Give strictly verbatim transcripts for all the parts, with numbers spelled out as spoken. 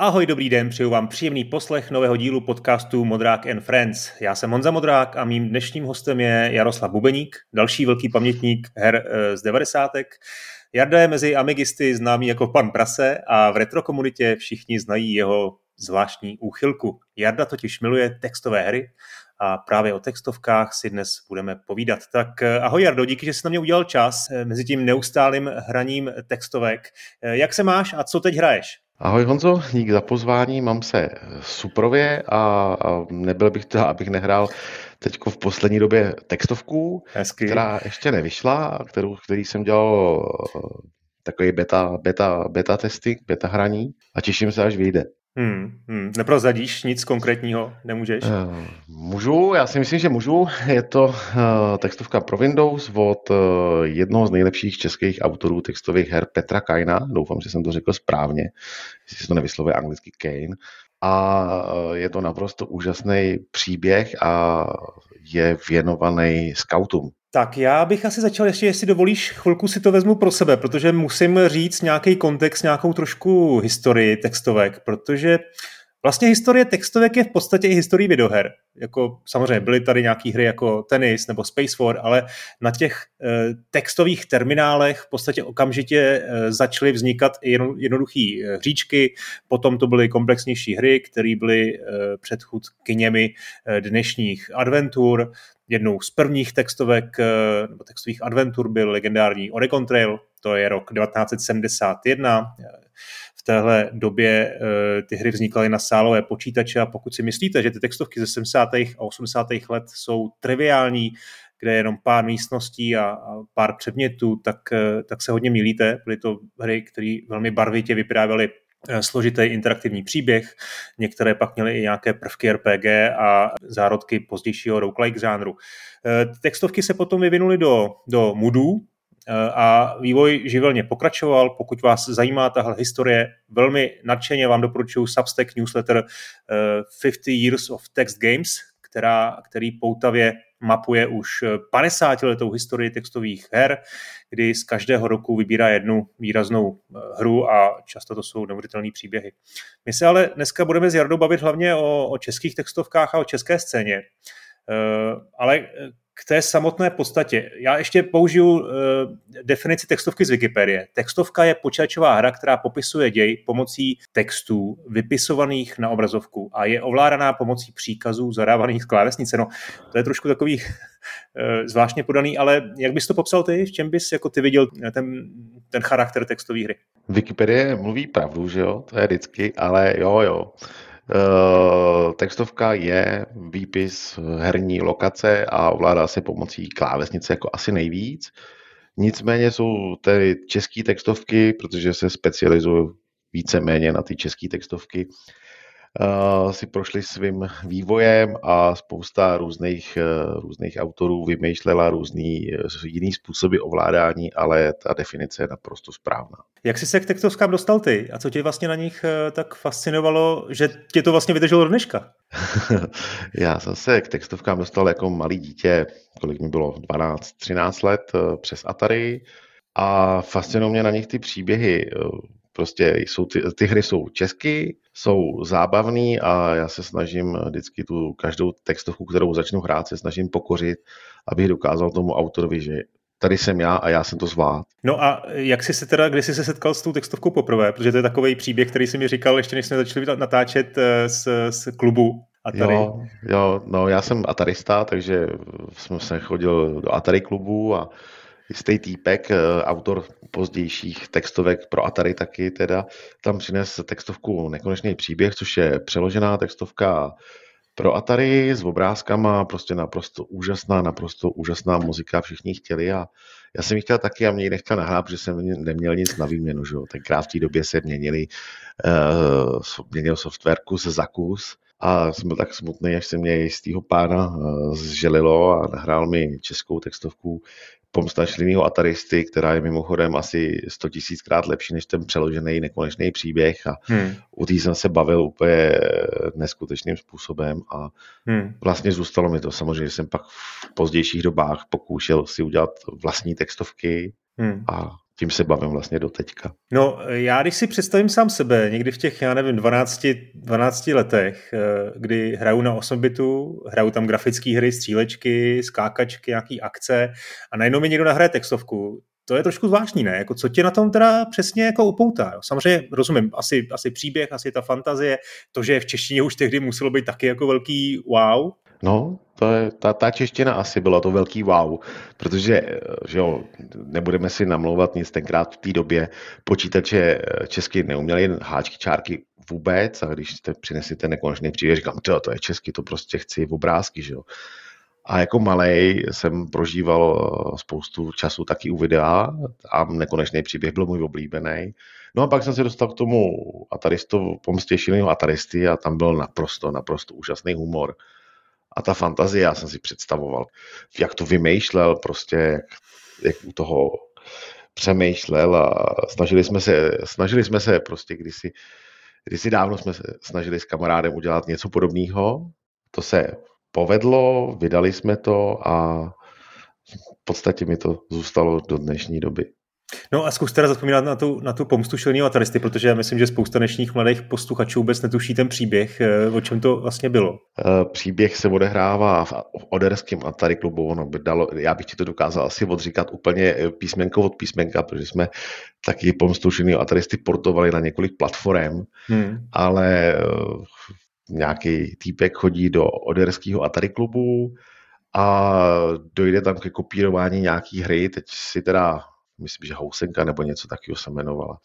Ahoj, dobrý den, přeju vám příjemný poslech nového dílu podcastu Modrák and Friends. Já jsem Honza Modrák a mým dnešním hostem je Jaroslav Bubeník, další velký pamětník her z devadesátek. Jarda je mezi amigisty známý jako pan Prase a v retro komunitě všichni znají jeho zvláštní úchylku. Jarda totiž miluje textové hry a právě o textovkách si dnes budeme povídat. Tak ahoj Jardo, díky, že jsi na mě udělal čas mezi tím neustálým hraním textovek. Jak se máš a co teď hraješ? Ahoj Honzo, díky za pozvání, mám se suprově a, a nebyl bych to, abych nehrál teďko v poslední době textovku, Hezky. Která ještě nevyšla, kterou, který jsem dělal takový beta, beta, beta testy, beta hraní a těším se, až vyjde. Hmm, hmm. Neprozradíš nic konkrétního? Nemůžeš? Uh, můžu, já si myslím, že můžu. Je to uh, textovka pro Windows od uh, jednoho z nejlepších českých autorů textových her Petra Kaina. Doufám, že jsem to řekl správně, jestli se to nevyslovuje anglicky Kane. A uh, je to naprosto úžasný příběh a je věnovaný skautům. Tak já bych asi začal ještě, jestli dovolíš, chvilku si to vezmu pro sebe, protože musím říct nějaký kontext, nějakou trošku historii textovek, protože vlastně historie textovek je v podstatě i historie videoher. Jako, samozřejmě byly tady nějaké hry jako Tennis nebo Space War, ale na těch e, textových terminálech v podstatě okamžitě e, začaly vznikat i jednoduché hříčky, potom to byly komplexnější hry, které byly e, předchůdkyněmi e, dnešních adventur. Jednou z prvních textovek nebo textových adventur byl legendární Oregon Trail, to je rok devatenáct set sedmdesát jedna. V téhle době ty hry vznikaly na sálové počítače a pokud si myslíte, že ty textovky ze sedmdesátých a osmdesátých let jsou triviální, kde je jenom pár místností a, a pár předmětů, tak, tak se hodně mýlíte. Byly to hry, které velmi barvitě vyprávěly složitý interaktivní příběh, některé pak měly i nějaké prvky R P G a zárodky pozdějšího roguelike žánru. Textovky se potom vyvinuly do, do moodů a vývoj živelně pokračoval. Pokud vás zajímá tahle historie, velmi nadšeně vám doporučuji Substack newsletter fifty Years of Text Games, která, který poutavě mapuje už padesátiletou historii textových her, kdy z každého roku vybírá jednu výraznou hru a často to jsou neuvěřitelné příběhy. My se ale dneska budeme s Jardou bavit hlavně o, o českých textovkách a o české scéně. Uh, ale k té samotné podstatě. Já ještě použiju uh, definici textovky z Wikipedie. Textovka je počítačová hra, která popisuje děj pomocí textů vypisovaných na obrazovku a je ovládaná pomocí příkazů zadávaných z klávesnice. No, to je trošku takový uh, zvláštně podaný, ale jak bys to popsal ty? V čem bys jako ty viděl ten, ten charakter textové hry? Wikipedie mluví pravdu, že jo? To je vždycky, ale jo, jo. Uh, textovka je výpis herní lokace a ovládá se pomocí klávesnice jako asi nejvíc. Nicméně jsou ty české textovky, protože se specializují víceméně na ty české textovky, Uh, si prošli svým vývojem a spousta různých, uh, různých autorů vymýšlela různý uh, jiný způsoby ovládání, ale ta definice je naprosto správná. Jak jsi se k textovkám dostal ty? A co tě vlastně na nich uh, tak fascinovalo, že tě to vlastně vydrželo do dneška? Já jsem se k textovkám dostal jako malý dítě, kolik mi bylo dvanáct třináct let, uh, přes Atari a fascinují mě na nich ty příběhy. Uh, Prostě jsou ty, ty hry jsou česky, jsou zábavný a já se snažím vždycky tu každou textovku, kterou začnu hrát, se snažím pokořit, abych dokázal tomu autorovi, že tady jsem já a já jsem to zvládl. No a jak jsi se teda, kdy jsi se setkal s tou textovkou poprvé? Protože to je takový příběh, který jsi mi říkal, ještě než jsme začali natáčet z, z klubu Atari. Jo, jo, no já jsem atarista, takže jsem se chodil do Atari klubu a jistý týpek, autor pozdějších textovek pro Atari taky teda, tam přines textovku Nekonečný příběh, což je přeložená textovka pro Atari s obrázkama, prostě naprosto úžasná, naprosto úžasná muzika, všichni chtěli a já jsem ji chtěl taky a mě ji nechtěl nahrát, protože jsem neměl nic na výměnu, že jo. Tenkrát v té době se měnili, uh, měnil softwarku se za kus a jsem byl tak smutný, až se mě jistýho pána uh, zželilo a nahrál mi českou textovku Pomsta šlinýho ataristy, která je mimochodem asi sto tisíckrát lepší než ten přeložený Nekonečný příběh a hmm. u té jsem se bavil úplně neskutečným způsobem a hmm. vlastně zůstalo mi to. Samozřejmě jsem pak v pozdějších dobách pokoušel si udělat vlastní textovky hmm. a tím se bavím vlastně do teďka. No, já když si představím sám sebe, někdy v těch, já nevím, dvanácti, dvanácti letech, kdy hraju na osm bitu, hraju tam grafické hry, střílečky, skákačky, nějaký akce a najednou mi někdo nahraje textovku, to je trošku zvláštní, ne? Jako, co tě na tom teda přesně jako upoutá? Jo? Samozřejmě rozumím, asi, asi příběh, asi ta fantazie, to, že v češtině už tehdy muselo být taky jako velký wow. No, to je, ta, ta čeština asi byla to velký wow, protože že jo, nebudeme si namlouvat nic, tenkrát v té době počítače česky neuměli, háčky, čárky vůbec, a když jste přinesíte nekonečný příběh, říkám, to, to je česky, to prostě chci v obrázky, že jo. A jako malej jsem prožíval spoustu času taky u videa a Nekonečný příběh byl můj oblíbený. No a pak jsem se dostal k tomu Ataristovu, Pomstě šíleného Ataristy a tam byl naprosto, naprosto úžasný humor. A ta fantazie, já jsem si představoval, jak to vymýšlel, prostě jak, jak u toho přemýšlel a snažili jsme se, snažili jsme se prostě kdysi, kdysi dávno jsme se snažili s kamarádem udělat něco podobného. To se povedlo, vydali jsme to a v podstatě mi to zůstalo do dnešní doby. No a zkus teda zapomínat na tu, na tu pomstu šíleného Ataristy, protože já myslím, že spousta dnešních mladých posluchačů vůbec netuší ten příběh, o čem to vlastně bylo. Příběh se odehrává v oderském Atari klubu, ono by dalo, já bych ti to dokázal asi odříkat úplně písmenko od písmenka, protože jsme taky pomstu šíleného Ataristy portovali na několik platform, hmm. ale nějaký týpek chodí do oderského Atari klubu a dojde tam ke kopírování nějaký hry, teď si teda myslím, že Housenka nebo něco takového se jmenovala.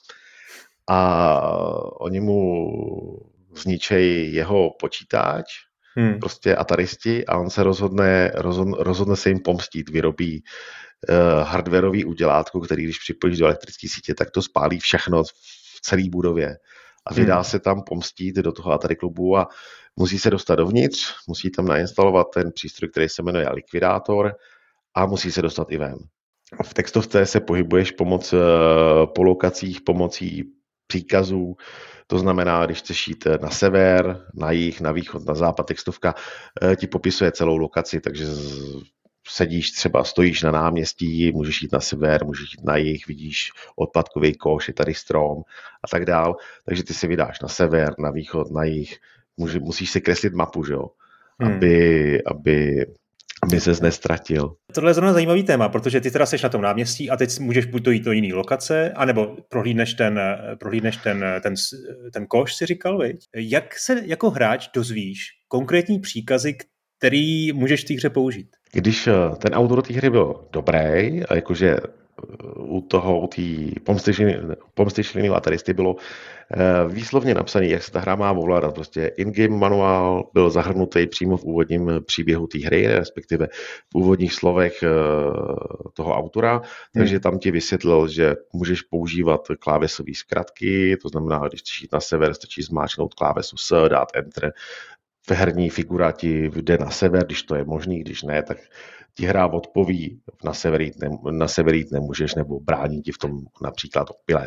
A oni mu zničejí jeho počítač, hmm. prostě Ataristi, a on se rozhodne, rozhodne, rozhodne se jim pomstít, vyrobí uh, hardwarový udělátko, který když připojíš do elektrické sítě, tak to spálí všechno v celé budově. A vydá hmm. se tam pomstít do toho Atari klubu a musí se dostat dovnitř, musí tam nainstalovat ten přístroj, který se jmenuje likvidátor a musí se dostat i ven. V textovce se pohybuješ pomoc, po lokacích pomocí příkazů, to znamená, když chceš jít na sever, na jih, na východ, na západ, textovka ti popisuje celou lokaci, takže sedíš třeba, stojíš na náměstí, můžeš jít na sever, můžeš jít na jih, vidíš odpadkový koš, je tady strom a tak dál, takže ty si vydáš na sever, na východ, na jih, Může, musíš si kreslit mapu, že jo, hmm. aby, aby aby ses nestratil. Tohle je zrovna zajímavý téma, protože ty teda seš na tom náměstí a teď můžeš buď to jít do jiný lokace, anebo prohlídneš ten, prohlídneš ten, ten, ten koš, si říkal, viď? Jak se jako hráč dozvíš konkrétní příkazy, který můžeš v té hře použít? Když ten autor té hry byl dobrý, a jakože u toho, u té Pomsty šíleného Ataristy bylo výslovně napsaný, jak se ta hra má ovládat. Prostě in-game manuál byl zahrnutý přímo v úvodním příběhu té hry, respektive v úvodních slovech toho autora, takže tam ti vysvětlil, že můžeš používat klávesové zkratky, to znamená, když chceš jít na sever, stačí zmáčknout klávesu S, dát Enter, herní figura ti jde na sever, když to je možný, když ne, tak ti hra odpoví, na sever jít, ne, na sever jít nemůžeš, nebo brání ti v tom například opilec.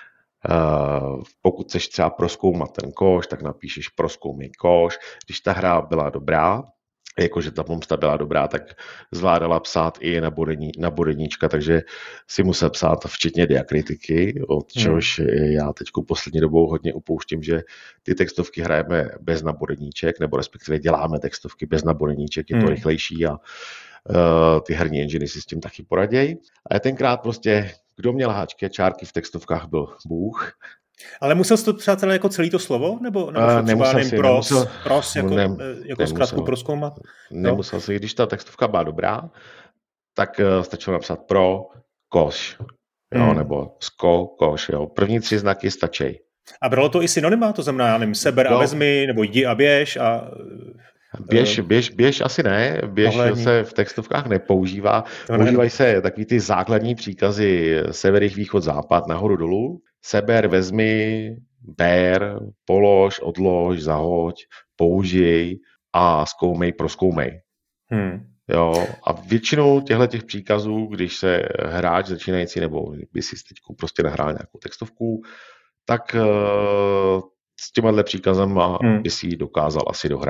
Uh, pokud chceš třeba prozkoumat ten koš, tak napíšeš prozkoumej koš. Když ta hra byla dobrá, jakože ta pomsta byla dobrá, tak zvládala psát i na, bodení, na bodeníčka, takže si musel psát včetně diakritiky, od čehož hmm. já teď poslední dobou hodně upouštím, že ty textovky hrajeme bez nabodeníček, nebo respektive děláme textovky bez nabodeníček, je to hmm. rychlejší a uh, ty herní enginy si s tím taky poradějí. A je tenkrát prostě, kdo měl háčky a čárky v textovkách, byl Bůh. Ale musel jsi to třeba jako celý to slovo? Nebo, nebo uh, nemusel třeba si, pros, nemusel, pros jako, ne, jako zkrátku prozkoumat? Nemusel no. si, když ta textovka byla dobrá, tak uh, stačilo napsat pro, koš, jo, hmm. nebo sko, koš, jo. První tři znaky stačí. A bralo to i synonyma? To znamená, já nevím, seber a vezmi, nebo jdi a běž a... Běž, běž, běž asi ne, běž ohlední. Se v textovkách nepoužívá. Používají se takový ty základní příkazy sever, jih, východ, západ, nahoru, dolů. Seber, vezmi, ber, polož, odlož, zahoď, použij a zkoumej, prozkoumej. Hmm. Jo, a většinou těchto těch příkazů, když se hráč začínající, nebo by si teď prostě nahrál nějakou textovku, tak uh, s těmahle příkazama hmm. by si dokázal asi dohrát.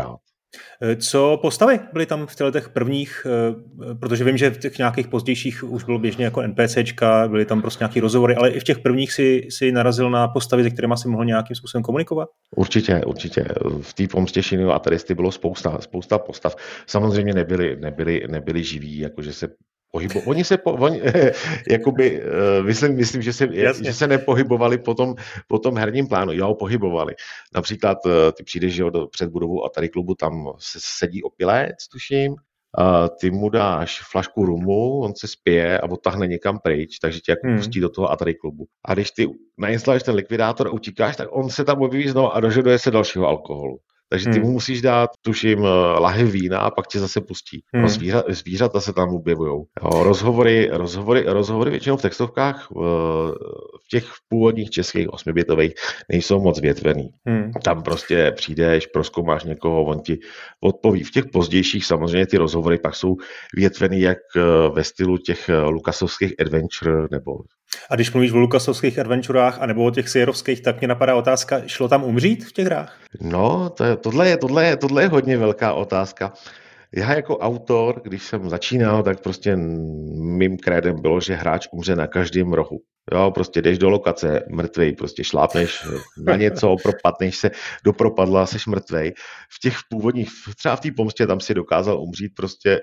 Co postavy byly tam v těch prvních, protože vím, že v těch nějakých pozdějších už bylo běžně jako NPCčka, byly tam prostě nějaký rozhovory, ale i v těch prvních si, si narazil na postavy, se kterými si mohl nějakým způsobem komunikovat? Určitě, určitě. V té pomstě Shinnu a Ataristy bylo spousta, spousta postav. Samozřejmě nebyli, nebyli, nebyli živí, jakože se Pohybo, oni se, po, oni, jakoby, myslím, myslím, že se, že se nepohybovali po tom, po tom herním plánu. Jo, pohybovali. Například ty přijdeš jo, do, před budovou Atari klubu, tam se sedí opilec, tuším, a ty mu dáš flašku rumu, on se spije a odtáhne někam pryč, takže tě jako hmm. pustí do toho Atari klubu. A když ty nainstaluješ ten likvidátor a utíkáš, tak on se tam objeví znovu a dožaduje se dalšího alkoholu. Takže ty mu musíš dát, tuším, lahev vína a pak tě zase pustí. Hmm. No, zvířata, zvířata se tam objevujou. Jo, rozhovory, rozhovory, rozhovory většinou v textovkách v těch původních českých osmibitových nejsou moc větvený. Hmm. Tam prostě přijdeš, prozkoumáš někoho, on ti odpoví. V těch pozdějších samozřejmě ty rozhovory pak jsou větvený jak ve stylu těch Lucasovských adventure nebo... A když mluvíš o Lucasovských adventurách anebo o těch Sierrovských, tak mě napadá otázka, šlo tam umřít v těch hrách? No, to je, tohle, je, tohle, je, tohle je hodně velká otázka. Já jako autor, když jsem začínal, tak prostě mým krédem bylo, že hráč umře na každém rohu. Jo, prostě jdeš do lokace, mrtvej, prostě šlápneš na něco, propadneš se do propadla, seš mrtvej. V těch původních, třeba v té pomstě, tam si dokázal umřít prostě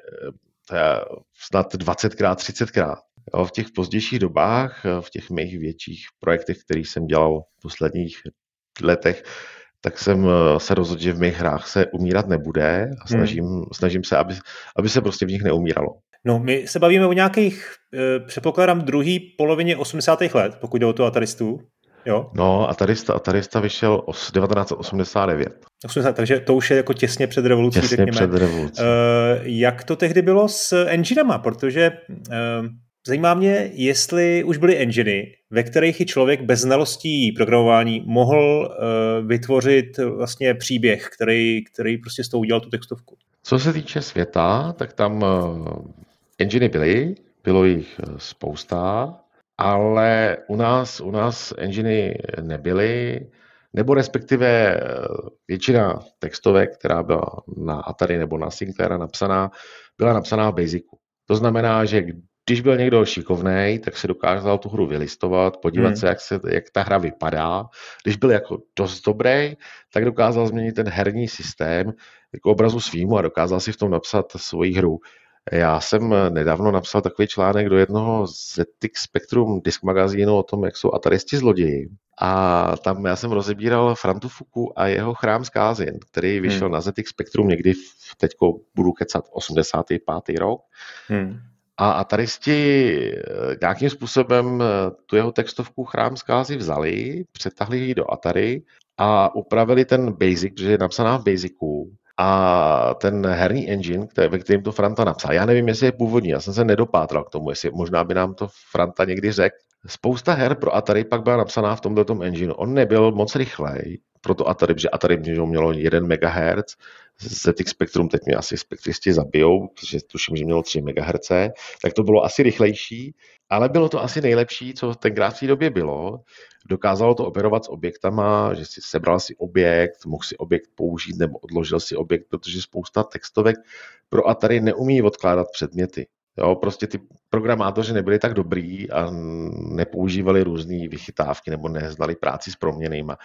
snad dvacetkrát, třicetkrát. Jo, v těch pozdějších dobách, v těch mých větších projektech, které jsem dělal v posledních letech, tak jsem se rozhodl, že v mých hrách se umírat nebude a snažím, hmm. snažím se, aby, aby se prostě v nich neumíralo. No, my se bavíme o nějakých, předpokládám, druhý polovině osmdesátých let, pokud jde o to Ataristu. Jo? No, Atarista, Atarista vyšel devatenáct osmdesát devět. osmdesát, takže to už je jako těsně před revolucí, těsně řekněme. před revolucí. Uh, jak to tehdy bylo s enginema? Protože uh, zajímá mě, jestli už byly enginy, ve kterých i člověk bez znalostí programování mohl uh, vytvořit vlastně příběh, který, který prostě s tou udělal tu textovku. Co se týče světa, tak tam uh, enginy byly, bylo jich spousta, ale u nás, u nás enginy nebyly, nebo respektive většina textovek, která byla na Atari nebo na Sinclaira napsaná, byla napsaná v Basicu. To znamená, že když byl někdo šikovnej, tak se dokázal tu hru vylistovat, podívat hmm. se, jak, se, jak ta hra vypadá. Když byl jako dost dobrý, tak dokázal změnit ten herní systém jako obrazu svýmu a dokázal si v tom napsat svoji hru. Já jsem nedávno napsal takový článek do jednoho Z X Spectrum disk magazínu o tom, jak jsou ataristi zloději. A tam já jsem rozebíral Frantu Fuku a jeho Chrám zkázy, který vyšel hmm. na Z X Spectrum někdy, v, teďko budu kecat, osmdesátý pátý rok. Hmm. A ataristi nějakým způsobem tu jeho textovku Chrám zkázy vzali, přetahli ji do Atari a upravili ten Basic, protože je napsaná v Basicu. A ten herní engine, který, ve kterém to Franta napsal, já nevím, jestli je původní, já jsem se nedopátral k tomu, jestli možná by nám to Franta někdy řekl. Spousta her pro Atari pak byla napsaná v tomto engineu. On nebyl moc rychlej pro to Atari, protože Atari mělo jeden megahertz, Z X Spectrum teď mě asi spektristi zabijou, protože tuším, že mělo tři megahertz, tak to bylo asi rychlejší, ale bylo to asi nejlepší, co tenkrát v té době bylo. Dokázalo to operovat s objektama, že si sebral si objekt, mohl si objekt použít nebo odložil si objekt, protože spousta textovek pro Atari neumí odkládat předměty. Jo, prostě ty programátoři nebyli tak dobrý a nepoužívali různé vychytávky nebo neznali práci s proměnejma.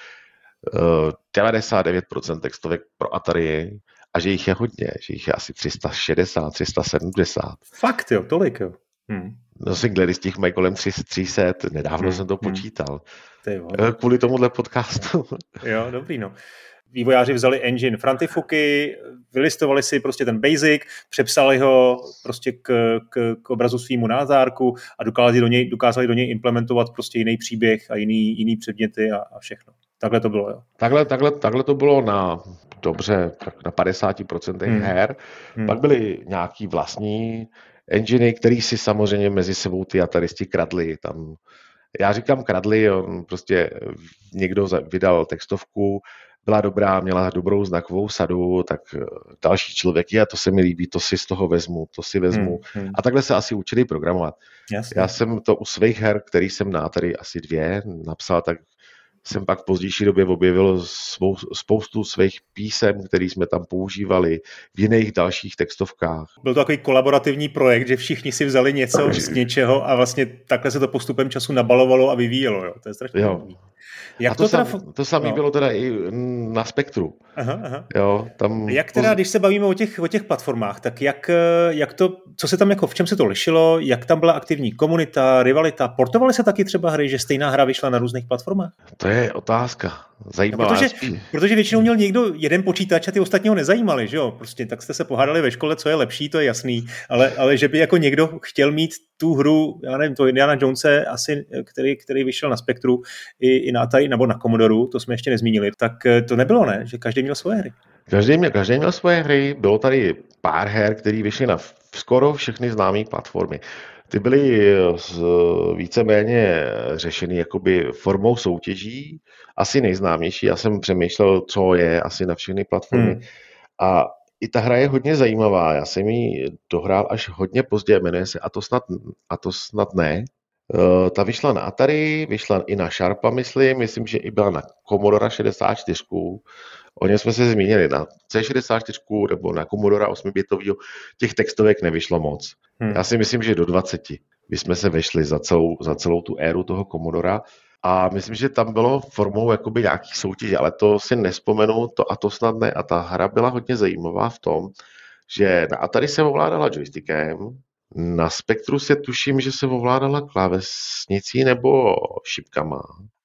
devadesát devět procent textovek pro Atari je, a že jich je hodně, že jich je asi tři sta šedesát, tři sta sedmdesát. Fakt jo, tolik jo. Hmm. No singlery z těch mají kolem tři sta, nedávno hmm. jsem to počítal. Hmm. Kvůli tomuhle podcastu. Jo, dobrý no. Vývojáři vzali engine Frantifuky, vylistovali si prostě ten basic, přepsali ho prostě k, k, k obrazu svýmu názárku a dokázali do něj, dokázali do něj implementovat prostě jiný příběh a jiný, jiný předměty a, a všechno. Takhle to bylo, jo? Takhle, takhle, takhle to bylo na, dobře, na padesát procent hmm. her. Hmm. Pak byly nějaký vlastní enginy, který si samozřejmě mezi sebou ty ataristi kradli. Tam, já říkám kradli, on prostě někdo vydal textovku, byla dobrá, měla dobrou znakovou sadu, tak další člověk, já to se mi líbí, to si z toho vezmu, to si vezmu. Hmm, hmm. A takhle se asi učili programovat. Jasně. Já jsem to u svých her, který jsem na Atari asi dvě napsal, tak jsem pak v pozdější době objevil svou, spoustu svých písem, které jsme tam používali v jiných dalších textovkách. Byl to takový kolaborativní projekt, že všichni si vzali něco z něčeho a vlastně takhle se to postupem času nabalovalo a vyvíjelo. Jo? To je strašně dobrý. Jak a to, to, teda... sam, to samé no. bylo teda i na Spektru. Aha, aha. Jo, tam... Jak teda, když se bavíme o těch, o těch platformách, tak jak, jak to, co se tam jako, v čem se to lišilo, jak tam byla aktivní komunita, rivalita, portovaly se taky třeba hry, že stejná hra vyšla na různých platformách? To je otázka. Zajímavá. No, protože, protože většinou měl někdo jeden počítač a ty ostatní ho nezajímali, že jo? Prostě tak jste se pohádali ve škole, co je lepší, to je jasný, ale, ale že by jako někdo chtěl mít tu hru, já nevím, to Indiana Jonese asi, který, který vyšel na Spektru i, i na Atari, nebo na Commodoru, to jsme ještě nezmínili, tak to nebylo, ne? Že každý měl svoje hry. Každý měl, každý měl svoje hry, bylo tady pár her, které vyšly na skoro všechny známé platformy. Ty byly víceméně řešeny jakoby formou soutěží, asi nejznámější. Já jsem přemýšlel, co je asi na všechny platformy. Hmm. A i ta hra je hodně zajímavá. Já jsem ji dohrál až hodně pozdě, jmenuje se A to snad, a to snad ne. Ta vyšla na Atari, vyšla i na Sharpa, myslím, myslím, že i byla na Commodore šedesát čtyři. O něm jsme se zmínili na C šedesát čtyři nebo na Commodore osmibitovýho, těch textovek nevyšlo moc. Hmm. Já si myslím, že do dvaceti bychom se vešli za celou, za celou tu éru toho Commodora a myslím, že tam bylo formou jakoby nějaký soutěže, ale to si nespomenu, to a to snad ne. A ta hra byla hodně zajímavá v tom, že na Atari se ovládala joystickem, na Spektru se tuším, že se ovládala klávesnicí nebo šipkama.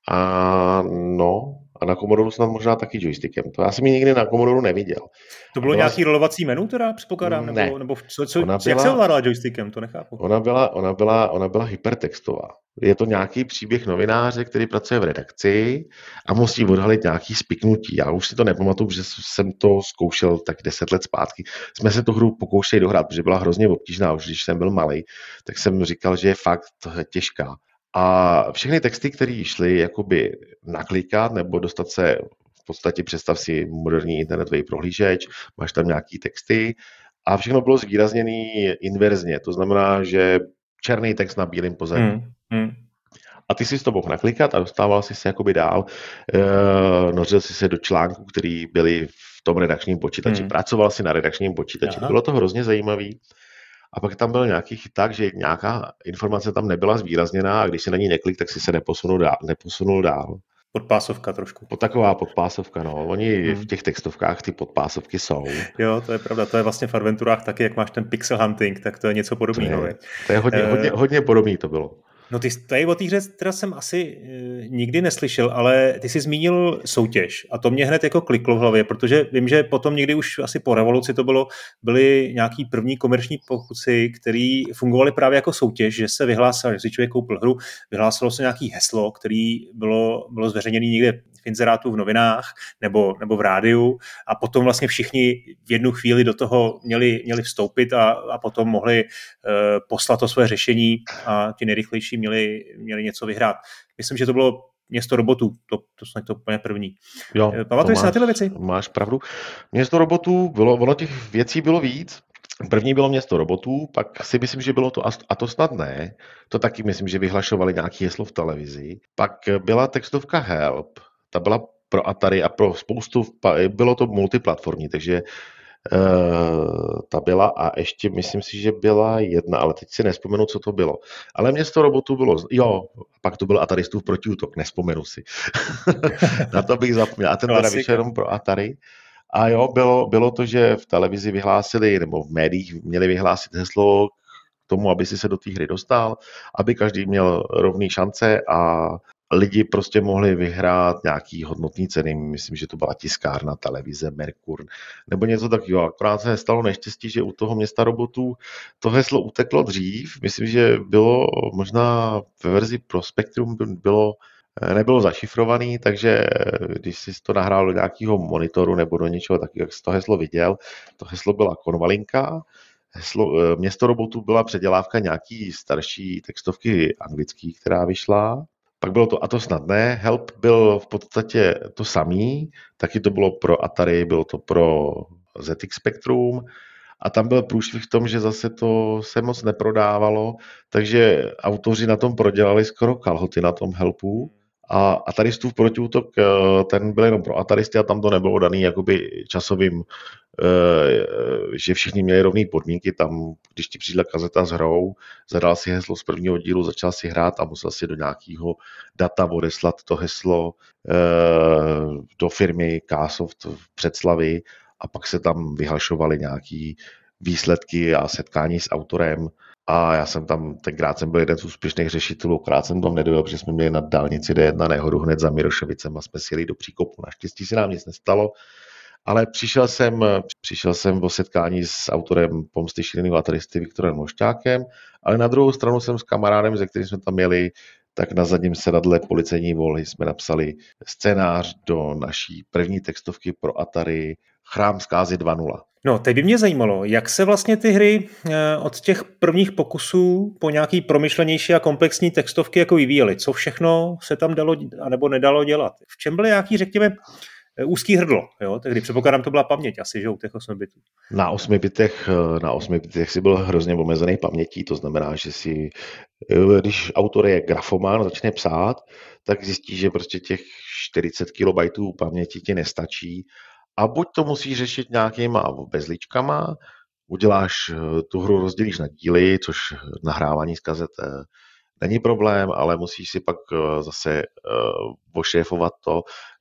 A no, a na Commodoru snad možná taky joystickem. To já jsem ji nikdy na Commodoru neviděl. To bylo nějaký rolovací menu teda, předpokládám? Ne. Nebo, nebo co, co, byla, jak se ovládala joystickem? To nechápu. Ona byla, ona, byla, ona byla hypertextová. Je to nějaký příběh novináře, který pracuje v redakci a musí odhalit nějaký spiknutí. Já už si to nepamatuju, že jsem to zkoušel tak deset let zpátky. Jsme se tu hru pokoušeli dohrát, protože byla hrozně obtížná. Už když jsem byl malej, tak jsem říkal, že je fakt těžká. A všechny texty, které šly jakoby naklikat nebo dostat se, v podstatě představ si moderní internetový prohlížeč, máš tam nějaký texty a všechno bylo zvýrazněné inverzně. To znamená, že černý text na bílém pozadí. Hmm, hmm. A ty si to mohl naklikat a dostával si se jakoby dál. E, nořil si se do článků, který byly v tom redakčním počítači. Hmm. Pracoval si na redakčním počítači. Aha. Bylo to hrozně zajímavý. A pak tam byl nějaký chyták, že nějaká informace tam nebyla zvýrazněná a když si na ní neklik, tak si se neposunul dál. Neposunul dál. Podpásovka trošku. Po taková podpásovka, no. Oni hmm. v těch textovkách ty podpásovky jsou. Jo, to je pravda. To je vlastně v adventurách taky, jak máš ten pixel hunting, tak to je něco podobného. To je, to je hodně, uh, hodně, hodně podobný to bylo. No ty tady o té hře teda jsem asi e, nikdy neslyšel, ale ty jsi zmínil soutěž a to mě hned jako kliklo v hlavě, protože vím, že potom někdy už asi po revoluci to bylo, byly nějaký první komerční pokusy, které fungovaly právě jako soutěž, že se vyhlásilo, že si člověk koupil hru, vyhlásilo se nějaký heslo, který bylo, bylo zveřejněné někde v inzerátu v novinách nebo, nebo v rádiu a potom vlastně všichni v jednu chvíli do toho měli, měli vstoupit a, a potom mohli e, poslat to své řešení a ti nejrychlejší Měli, měli něco vyhrát. Myslím, že to bylo Město robotů, to, to snad to úplně první. Jo, pamatuješ se na tyhle věci? Máš pravdu. Město robotů, bylo, ono těch věcí bylo víc. První bylo Město robotů, pak si myslím, že bylo to, a to snad ne, to taky myslím, že vyhlašovali nějaký heslo v televizi. Pak byla textovka Help, ta byla pro Atari a pro spoustu, bylo to multiplatformní, takže Uh, ta byla a ještě myslím si, že byla jedna, ale teď si nespomenu, co to bylo. Ale Město robotů bylo, jo, pak to byl Ataristův protiútok, nespomenu si. Na to bych zapomněl. A ten teda vyšel jenom pro Atari. A jo, bylo, bylo to, že v televizi vyhlásili, nebo v médiích měli vyhlásit heslo k tomu, aby si se do té hry dostal, aby každý měl rovný šance a lidi prostě mohli vyhrát nějaký hodnotný ceny. Myslím, že to byla tiskárna, televize, Merkur, nebo něco takového. Akorát se stalo neštěstí, že u toho Města robotů to heslo uteklo dřív. Myslím, že bylo možná ve verzi pro Spektrum bylo, nebylo zašifrovaný, takže když si to nahrál do nějakého monitoru nebo do něčeho, tak jak jsi to heslo viděl, to heslo byla konvalinka. Heslo, Město robotů byla předělávka nějaký starší textovky anglický, která vyšla. Pak bylo to, a to snad ne, Help byl v podstatě to samý, taky to bylo pro Atari, bylo to pro Z X Spectrum a tam byl průšvih v tom, že zase to se moc neprodávalo, takže autoři na tom prodělali skoro kalhoty na tom Helpu A Ataristův protiútok, ten byl jenom pro Ataristy a tam to nebylo daný jakoby časovým, že všichni měli rovné podmínky. Tam, když ti přišla kazeta s hrou, zadal si heslo z prvního dílu, začal si hrát a musel si do nějakého data odeslat to heslo do firmy Ksoft v Břeclavi a pak se tam vyhlašovaly nějaký výsledky a setkání s autorem. A já jsem tam, tenkrát jsem byl jeden z úspěšných řešitelů, akorát jsem tam nedojel, protože jsme měli na dálnici D jedna nehodu hned za Mirošovicem a jsme sjeli do příkopu. Naštěstí se nám nic nestalo, ale přišel jsem, přišel jsem o setkání s autorem Pomsty šíleného ataristy Viktorem Mošťákem, ale na druhou stranu jsem s kamarádem, se kterým jsme tam měli, tak na zadním sedadle Policejní volhy jsme napsali scénář do naší první textovky pro Atari Chrám zkázy dva nula. No, teď by mě zajímalo, jak se vlastně ty hry od těch prvních pokusů po nějaký promyšlenější a komplexní textovky jako vyvíjely. Co všechno se tam dalo anebo nedalo dělat? V čem byly nějaký, řekněme, úzký hrdlo? Jo? Tehdy předpokládám, to byla paměť asi, že u těch osmi bitů. Na osmi bitech, na osmi bitech si byl hrozně omezený pamětí, to znamená, že si, když autor je grafoman, začne psát, tak zjistí, že prostě těch čtyřicet kilobajtů paměti ti nestačí. A buď to musíš řešit nějakýma bezličkama, uděláš tu hru, rozdělíš na díly, což nahrávání z kazet není problém, ale musíš si pak zase ošéfovat to,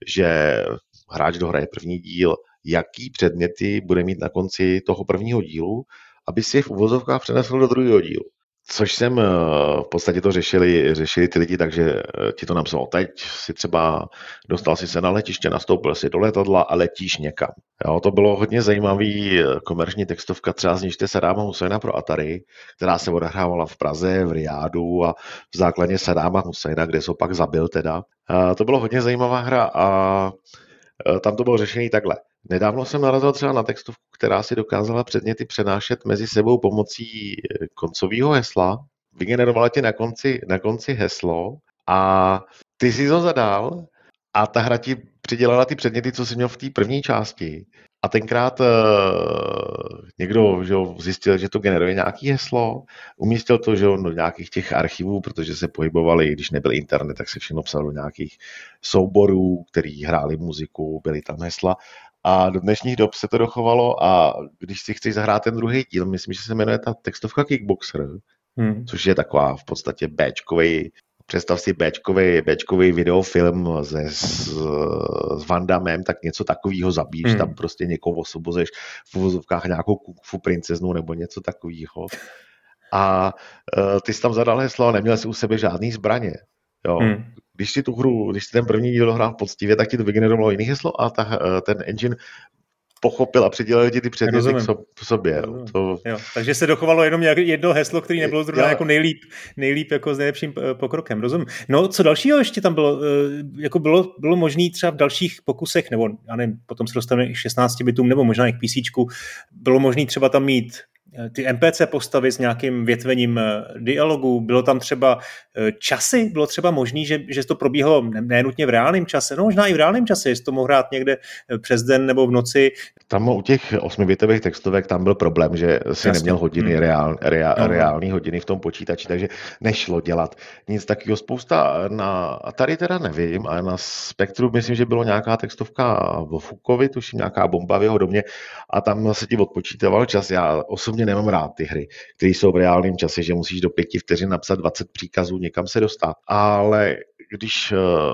že hráč dohraje první díl, jaký předměty bude mít na konci toho prvního dílu, aby si je v uvozovkách přenesl do druhého dílu. Což jsem v podstatě to řešili, řešili ty lidi, takže ti to napsal, teď si třeba dostal si se na letiště, nastoupil si do letadla a letíš někam. Jo, to bylo hodně zajímavý komerční textovka, třeba zničte Saddáma Husajna pro Atari, která se odehrávala v Praze, v Riádu a v základně Saddáma Husajna, kde se pak zabil teda. A to bylo hodně zajímavá hra a tam to bylo řešený takhle. Nedávno jsem narazil třeba na textovku, která si dokázala předměty přenášet mezi sebou pomocí koncového hesla. Vygenerovala ti na konci, na konci heslo a ty si to zadal a ta hra ti přidělala ty předměty, co jsi měl v té první části. A tenkrát uh, někdo že zjistil, že to generuje nějaké heslo, umístil to že do nějakých těch archivů, protože se pohybovali, když nebyl internet, tak se všechno psalo do nějakých souborů, který hráli muziku, byly tam hesla. A do dnešních dob se to dochovalo a když si chceš zahrát ten druhý díl, myslím, že se jmenuje ta textovka Kickboxer, hmm. což je taková v podstatě béčkovej, představ si béčkovej, béčkovej videofilm se, s, s Van Dammem, tak něco takového zabíš, hmm. tam prostě někoho osvobozeš v uvozovkách nějakou kung fu princeznu nebo něco takového. A uh, ty jsi tam zadal heslo a neměl jsi u sebe žádný zbraně. Jo. Hmm. Když si tu hru, když si ten první díl hrál poctivě, tak ti to vygenerovalo jiný heslo a ta, ten engine pochopil a přidělil ti ty předměty k sobě. To... Jo, takže se dochovalo jenom jedno heslo, který nebylo zrovna jako nejlíp, nejlíp jako s nejlepším pokrokem. Rozumím. No, co dalšího ještě tam bylo? Jako bylo, bylo možné třeba v dalších pokusech, nebo já nevím, potom se dostaneme i k šestnácti bitům, nebo možná i k PCčku, bylo možné třeba tam mít ty N P C postavy s nějakým větvením dialogu, bylo tam třeba časy, bylo třeba možný, že, že to probíhalo nenutně v reálném čase, no možná i v reálném čase, jestli to mohl hrát někde přes den nebo v noci. Tam u těch osmibitových textovek tam byl problém, že si Jasně. neměl hodiny, hmm. reál, reál, no. reální hodiny v tom počítači, takže nešlo dělat nic takového. Spousta na Atari teda nevím, ale na Spektru myslím, že bylo nějaká textovka v Fukovi, tuším nějaká bomba v jeho domě a tam se ti odpočítaval čas. Já osobně nemám rád ty hry, které jsou v reálném čase, že musíš do pěti vteřin napsat dvacet příkazů, někam se dostat. Ale když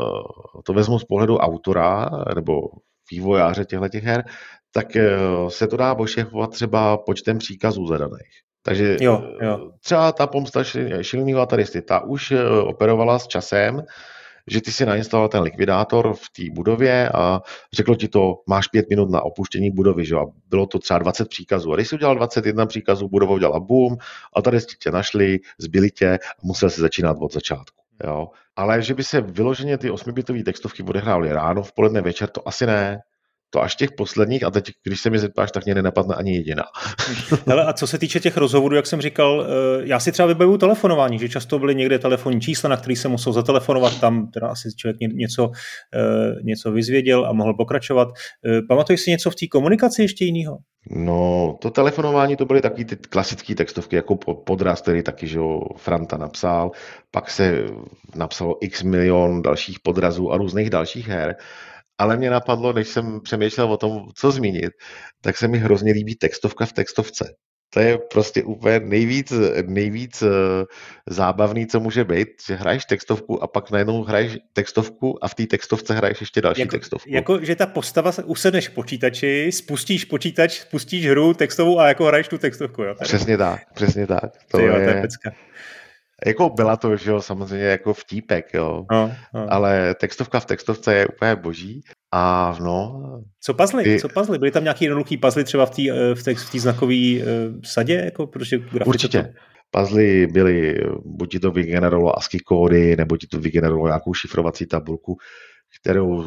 to vezmu z pohledu autora nebo vývojáře těchto her, tak se to dá ošefovat třeba počtem příkazů zadaných. Takže jo, jo. třeba ta pomsta šíleného ataristy, ta už operovala s časem, že ty si nainstaloval ten likvidátor v té budově a řeklo ti to, máš pět minut na opuštění budovy, že? A bylo to třeba dvacet příkazů. A když jsi udělal dvacet jedna příkazů, budova udělala boom, ataristi tě našli, zbyli tě a musel si začínat od začátku. Jo? Ale že by se vyloženě ty osmibitové textovky odehrávaly ráno, v poledne, večer, to asi ne. to až těch posledních, a teď, když se mi zeptáš, tak mě nenapadne ani jediná. Hele, a co se týče těch rozhovorů, jak jsem říkal, já si třeba vybavuju telefonování, že často byly někde telefonní čísla, na který se musel zatelefonovat, tam teda asi člověk něco, něco vyzvěděl a mohl pokračovat. Pamatuješ si něco v té komunikaci ještě jinýho? No, to telefonování, to byly taky ty klasické textovky, jako podraz, který taky, že jo, Franta napsal, pak se napsalo x milion dalších podrazů a různých dalších her, ale mě napadlo, než jsem přemýšlel o tom, co zmínit, tak se mi hrozně líbí textovka v textovce. To je prostě úplně nejvíc, nejvíc zábavný, co může být, že hraješ textovku a pak najednou hraješ textovku a v té textovce hraješ ještě další jako, textovku. Jako, že ta postava, usedneš k počítači, spustíš počítač, spustíš hru textovou a jako hraješ tu textovku. Jo, přesně tak, přesně tak. To Ty jo, je... to je pecka. Jako byla to, že jo, samozřejmě jako vtípek, jo, no, no. ale textovka v textovce je úplně boží a no... Co puzzle? Ty... Co puzzle? Byly tam nějaký jednoduchý puzzle třeba v té v té, v té znakové uh, sadě? Jako, protože určitě. To... Puzzle byly, buď ti to vygenerovalo ASCII kódy, nebo ti to vygenerovalo nějakou šifrovací tabulku, kterou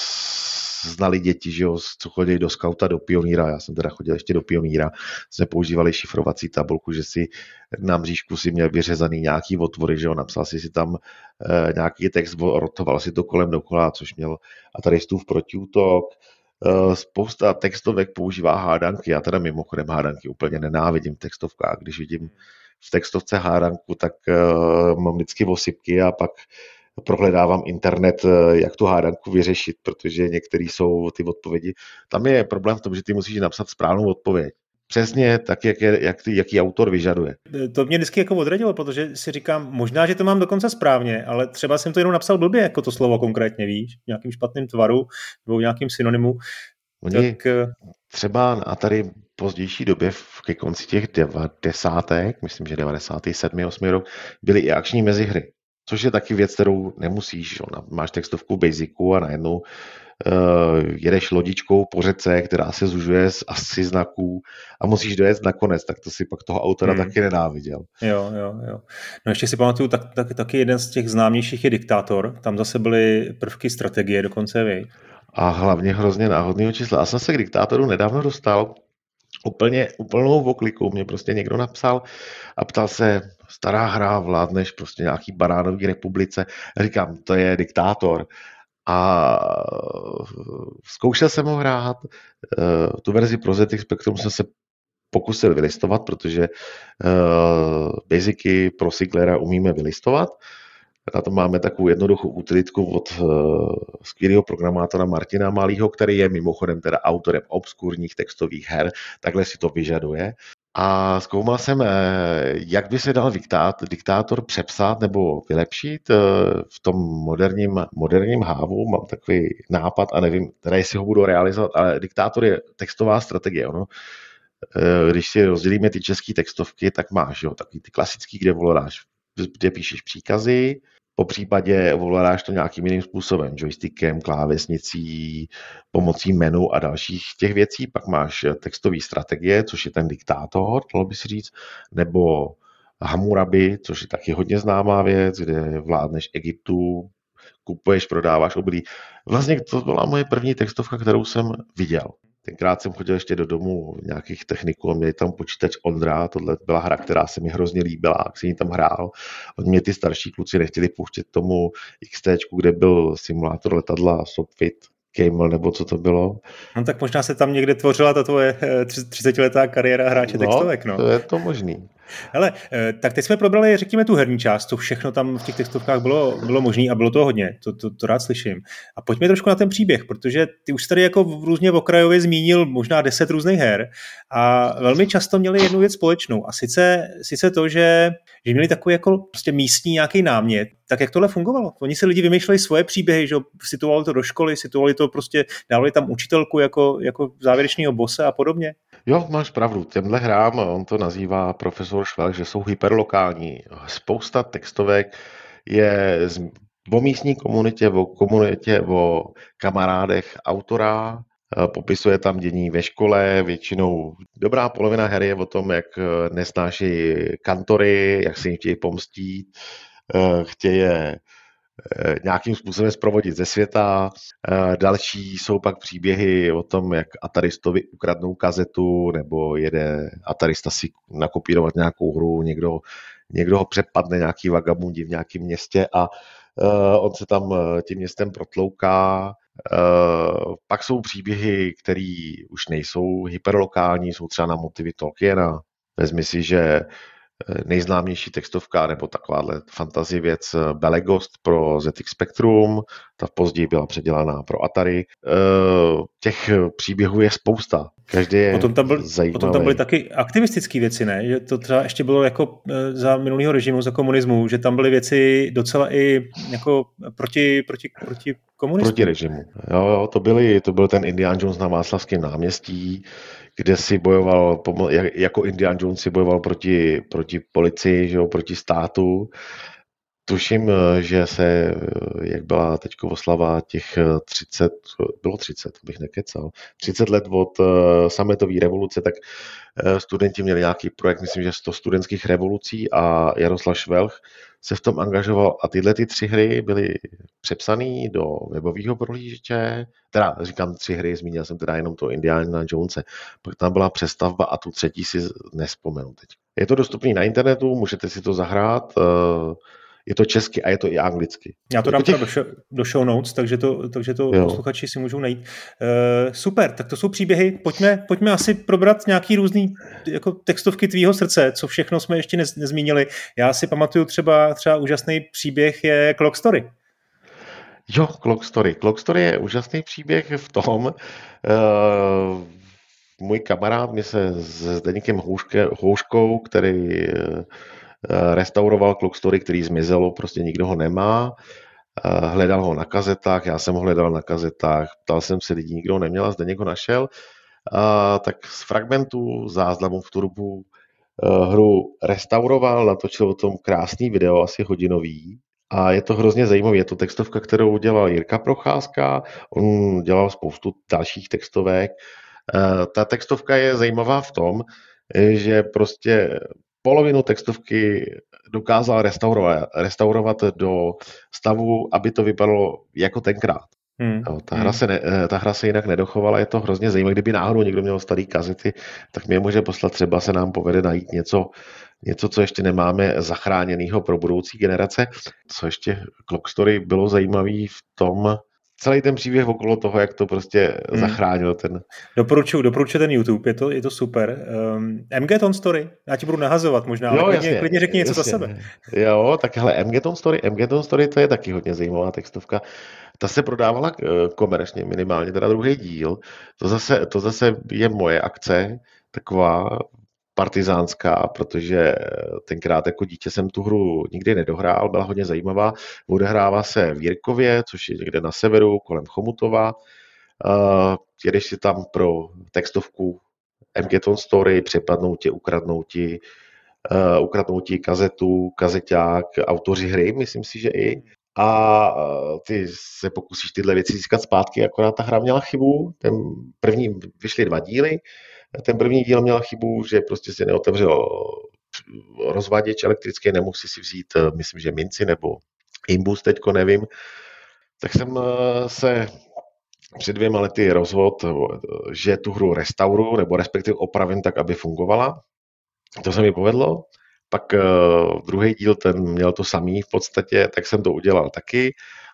znali děti, že jo, co chodili do skauta, do pionýra, já jsem teda chodil ještě do pionýra, jsme používali šifrovací tabulku, že si na mřížku si měl vyřezaný nějaký otvory, že jo, napsal si si tam e, nějaký text, rotoval si to kolem dokola, což měl ataristův protiútok. E, spousta textovek používá hádanky, já teda mimochodem hádanky úplně nenávidím v textovkách, když vidím v textovce hádanku, tak e, mám vždycky osypky a pak prohledávám internet, jak tu hádanku vyřešit, protože některé jsou ty odpovědi. Tam je problém v tom, že ty musíš napsat správnou odpověď. Přesně tak, jak, je, jak ty, jaký autor vyžaduje. To mě vždycky jako odradilo, protože si říkám, možná, že to mám dokonce správně, ale třeba jsem to jenom napsal blbě, jako to slovo konkrétně, víš, v nějakým špatným tvaru nebo v nějakým synonymu. Oni tak... třeba na tady pozdější době, ke konci těch devadesátek, myslím, že devadesátý sedmý osmý rok, byly i akční mezihry. Což je taky věc, kterou nemusíš. Jo. Máš textovku Basicu a najednou uh, jedeš lodičkou po řece, která se zužuje z asi znaků a musíš dojet nakonec, tak to si pak toho autora hmm. taky nenáviděl. Jo, jo, jo. No ještě si pamatuju, tak, tak, taky jeden z těch známějších je Diktátor. Tam zase byly prvky strategie dokonce, vej. A hlavně hrozně náhodného čísla. Já jsem se k Diktátoru nedávno dostal, úplně úplnou oklikou mě prostě někdo napsal a ptal se, stará hra, vládneš prostě nějaký banánový republice. Já říkám, to je Diktátor. A zkoušel jsem ho hrát, tu verzi pro Z X Spectrum jsem se pokusil vylistovat, protože basicy pro Siglera umíme vylistovat. Na to máme takovou jednoduchou utilitku od uh, skvělého programátora Martina Malýho, který je mimochodem teda autorem obskurních textových her, takhle si to vyžaduje. A zkoumal jsem, jak by se dal diktát, diktátor přepsat nebo vylepšit v tom moderním, moderním hávu. Mám takový nápad a nevím, teda jestli ho budu realizovat, ale diktátor je textová strategie. Ono. Když si rozdělíme ty české textovky, tak máš jo, takový ty klasický, kde voláš, kde píšeš příkazy, po případě ovládáš to nějakým jiným způsobem, joystickem, klávesnicí, pomocí menu a dalších těch věcí. Pak máš textové strategie, což je ten diktátor, dalo by si říct, nebo Hammurabi, což je taky hodně známá věc, kde vládneš Egyptu, kupuješ, prodáváš obilí. Vlastně to byla moje první textovka, kterou jsem viděl. Tenkrát jsem chodil ještě do domu nějakých techniků a měli tam počítač Ondra, tohle byla hra, která se mi hrozně líbila, jak jsem ji tam hrál. Oni mě ty starší kluci nechtěli pouštět tomu X T, kde byl simulátor letadla Sopwith Camel, nebo co to bylo. No tak možná se tam někde tvořila ta tvoje třicetiletá kariéra hráče no, textovek. No, to je to možný. Hele, tak teď jsme probrali, řekněme, tu herní část, co všechno tam v těch textovkách bylo, bylo možné a bylo to hodně, to, to, to rád slyším. A pojďme trošku na ten příběh, protože ty už tady jako různě okrajově zmínil možná deset různých her a velmi často měli jednu věc společnou a sice, sice to, že, že měli takový jako prostě místní nějaký námět. Tak jak tohle fungovalo? Oni si lidi vymýšleli svoje příběhy, že situovali to do školy, situovali to prostě, dávali tam učitelku jako, jako závěrečného bose a podobně. Jo, máš pravdu. Těmhle hrám, on to nazývá profesor Švelch, že jsou hyperlokální. Spousta textovek je o místní komunitě, o komunitě, o kamarádech autora, popisuje tam dění ve škole, většinou dobrá polovina her je o tom, jak nesnáší kantory, jak se jim chtějí pomstít, chtějí nějakým způsobem zprovodit ze světa. Další jsou pak příběhy o tom, jak ataristovi ukradnou kazetu, nebo jede atarista si nakopírovat nějakou hru, někdo, někdo ho přepadne, nějaký vagabundi v nějakém městě a on se tam tím městem protlouká. Pak jsou příběhy, které už nejsou hyperlokální, jsou třeba na motivy Tolkiena. Vezmi si, že nejznámější textovka nebo takováhle fantasy věc Belegost pro Z X Spectrum, ta později byla předělaná pro Atari. Těch příběhů je spousta. Každý je potom tam, byl, zajímavý. Potom tam byly taky aktivistické věci, ne? Že to třeba ještě bylo jako za minulého režimu, za komunismu, že tam byly věci docela i jako proti, proti, proti komunismu. Proti režimu. Jo, jo, to, byly, to byl ten Indiana Jones na Václavském náměstí, kde si bojoval, jako Indiana Jones si bojoval proti, proti policii, že jo, proti státu. Tuším, že se, jak byla teďko oslava těch třicet, bylo třicet, bych nekecal, třicet let od sametové revoluce, tak studenti měli nějaký projekt, myslím, že sto studentských revolucí a Jaroslav Švelch se v tom angažoval a tyhle ty tři hry byly přepsané do webového prohlížeče, teda říkám tři hry, zmínil jsem teda jenom to Indiana Jonese, pak tam byla přestavba a tu třetí si nespomenu teď. Je to dostupné na internetu, můžete si to zahrát, je to česky a je to i anglicky. Já to dám těch... do, show, do show notes, takže to, takže to posluchači si můžou najít. Uh, super, tak to jsou příběhy. Pojďme, pojďme asi probrat nějaký různý jako textovky tvýho srdce, co všechno jsme ještě nez, nezmínili. Já si pamatuju třeba, třeba úžasný příběh je Clock Story. Jo, Clock Story. Clock Story je úžasný příběh v tom, uh, můj kamarád mě se s Zdeňkem Houškou, který uh, restauroval Clock Story, který zmizelo, prostě nikdo ho nemá. Hledal ho na kazetách, já jsem ho hledal na kazetách, ptal jsem se lidí, nikdo ho neměl a Zdeněk ho našel. A tak z fragmentů záznamu v Turbu hru restauroval, natočil o tom krásný video, asi hodinový. A je to hrozně zajímavé. Je to textovka, kterou dělal Jirka Procházka, on dělal spoustu dalších textovek. Ta textovka je zajímavá v tom, že prostě polovinu textovky dokázal restaurovat, restaurovat do stavu, aby to vypadalo jako tenkrát. Hmm. No, ta, hra se ne, ta hra se jinak nedochovala, je to hrozně zajímavé. Kdyby náhodou někdo měl starý kazety, tak mě může poslat, třeba se nám povede najít něco, něco, co ještě nemáme zachráněného pro budoucí generace. Co ještě Clock Story bylo zajímavý v tom, celý ten příběh okolo toho, jak to prostě hmm. zachránil ten... Doporučuji, doporučuji ten YouTube, je to, je to super. Um, MGTON Story, já ti budu nahazovat možná, jo, ale jasně, klidně, klidně řekni něco jasně. za sebe. Jo, tak hele, MGTON Story, MGTON Story to je taky hodně zajímavá textovka. Ta se prodávala komerčně, minimálně teda druhý díl. To zase, to zase je moje akce, taková partizánská, protože tenkrát jako dítě jsem tu hru nikdy nedohrál, byla hodně zajímavá. Odehrává se v Jirkově, což je někde na severu, kolem Chomutova. Uh, jedeš si tam pro textovku MGTON Story, přepadnou tě, ukradnou ti, uh, ukradnou ti kazetu, kazeťák, autoři hry, myslím si, že i. A ty se pokusíš tyhle věci získat zpátky, akorát ta hra měla chybu. Ten první, vyšly dva díly, ten první díl měl chybu, že prostě si neotevřel rozvaděč elektrický, nemohl si si vzít, myslím, že minci nebo imbus, teďko nevím. Tak jsem se před dvěma lety rozhodl, že tu hru restauruju, nebo respektive opravím tak, aby fungovala. To se mi povedlo. Pak uh, druhý díl, ten měl to samý v podstatě, tak jsem to udělal taky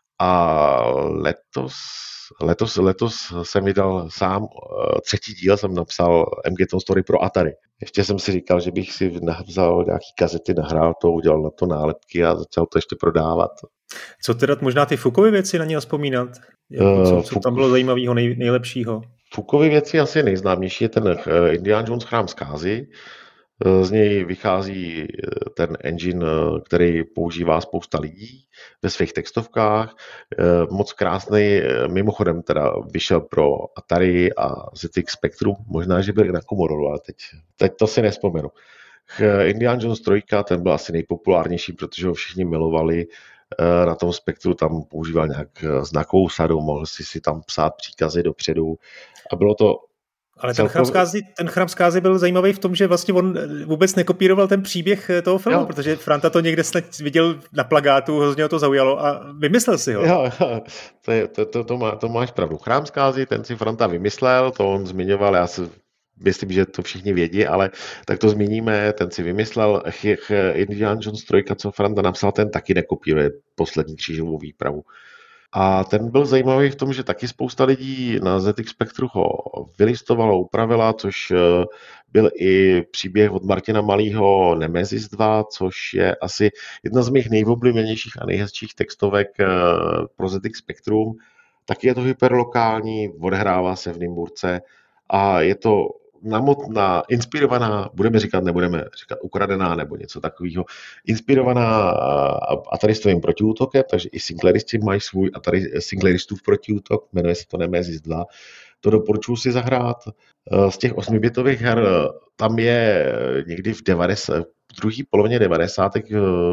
a letos, letos, letos jsem vydal sám, uh, třetí díl jsem napsal MGTON Story pro Atari. Ještě jsem si říkal, že bych si vzal nějaký kazety, nahrál to, udělal na to nálepky a začal to ještě prodávat. Co teda možná ty Foukovy věci na ně vzpomínat? Jako, co, co tam bylo zajímavého, nej, nejlepšího? Foukovy věci asi nejznámější je ten Indiana Jones Chrám zkázy. Z něj vychází ten engine, který používá spousta lidí ve svých textovkách. Moc krásný, mimochodem teda vyšel pro Atari a Z X Spectrum, možná, že byl i na Commodore, ale teď, teď to si nespomenu. Indiana Jones tři, ten byl asi nejpopulárnější, protože ho všichni milovali. Na tom spektru tam používal nějak znakovou sadu, mohl si si tam psát příkazy dopředu a bylo to Ale ten chrám zkázy, ten chrám zkázy byl zajímavý v tom, že vlastně on vůbec nekopíroval ten příběh toho filmu, jo. Protože Franta to někde snad viděl na plagátu, hrozně ho to zaujalo a vymyslel si ho. Jo, jo. To, je, to, to, to, má, to máš pravdu. Chrám zkázy, ten si Franta vymyslel, to on zmiňoval, já si myslím, že to všichni vědí, ale tak to zmíníme, ten si vymyslel. Indiana Jones tři, co Franta napsal, ten taky nekopíruje poslední křížovou výpravu. A ten byl zajímavý v tom, že taky spousta lidí na Z X Spectru ho vylistovalo, upravila, což byl i příběh od Martina Malýho Nemesis dva, což je asi jedna z mých nejoblíbenějších a nejhezčích textovek pro Z X Spectrum. Taky je to hyperlokální, odehrává se v Nymburce a je to namotná, inspirovaná, budeme říkat, nebudeme říkat ukradená nebo něco takového, inspirovaná ataristovým protiútokem, takže i Sinclairisti mají svůj atari, Sinclairistův protiútok, jmenuje se to Nemesis dva. To doporučuji si zahrát. Z těch osmibitových her tam je někdy v devadesátých v druhé polovině devadesátých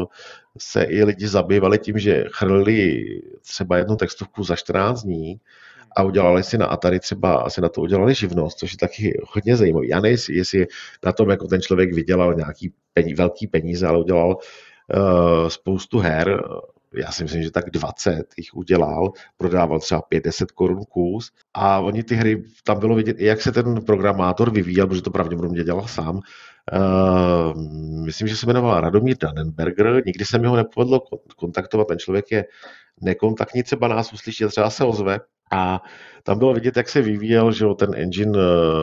se i lidi zabývali tím, že chrlili třeba jednu textovku za čtrnáct dní a udělali si na Atari třeba, asi na to udělali živnost, což je taky hodně zajímavé. Já nevím, jestli na tom jako ten člověk vydělal nějaký peníze, velký peníze, ale udělal uh, spoustu her, já si myslím, že tak dvacet jich udělal, prodával třeba pět deset korun kus a oni ty hry, tam bylo vidět, jak se ten programátor vyvíjel, protože to pravděpodobně dělal sám. Uh, myslím, že se jmenoval Radomír Dannenberger, nikdy se mi ho nepovedlo kontaktovat, ten člověk je nekontaktní, třeba nás uslyší, třeba se ozve. A tam bylo vidět, jak se vyvíjel, že ten engine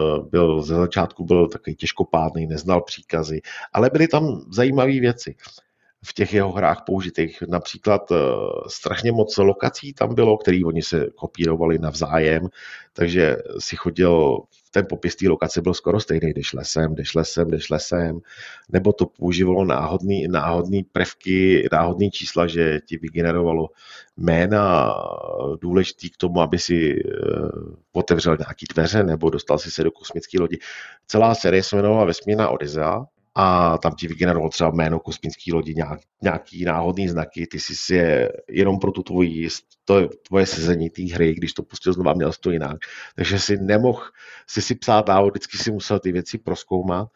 byl ze začátku byl takový těžkopádný, neznal příkazy, ale byly tam zajímavé věci v těch jeho hrách použitých. Například strašně moc lokací tam bylo, které oni se kopírovali navzájem, takže si chodil, ten popis té lokace byl skoro stejný, jdeš lesem, jdeš lesem, jdeš lesem, nebo to používalo náhodný, náhodný prvky, náhodný čísla, že ti vygenerovalo jména důležitý k tomu, aby si otevřel nějaký dveře nebo dostal si se do kosmické lodi. Celá série se jmenovala Vesmírná Odyssea a tam ti vygeneroval třeba jméno kosmické lodi, nějak, nějaký náhodný znaky, ty jsi si je jenom pro tu tvoji, to, tvoje sezení té hry, když to pustil znova, měl to jinak. Takže si nemohl si si psát návod, vždycky si musel ty věci prozkoumat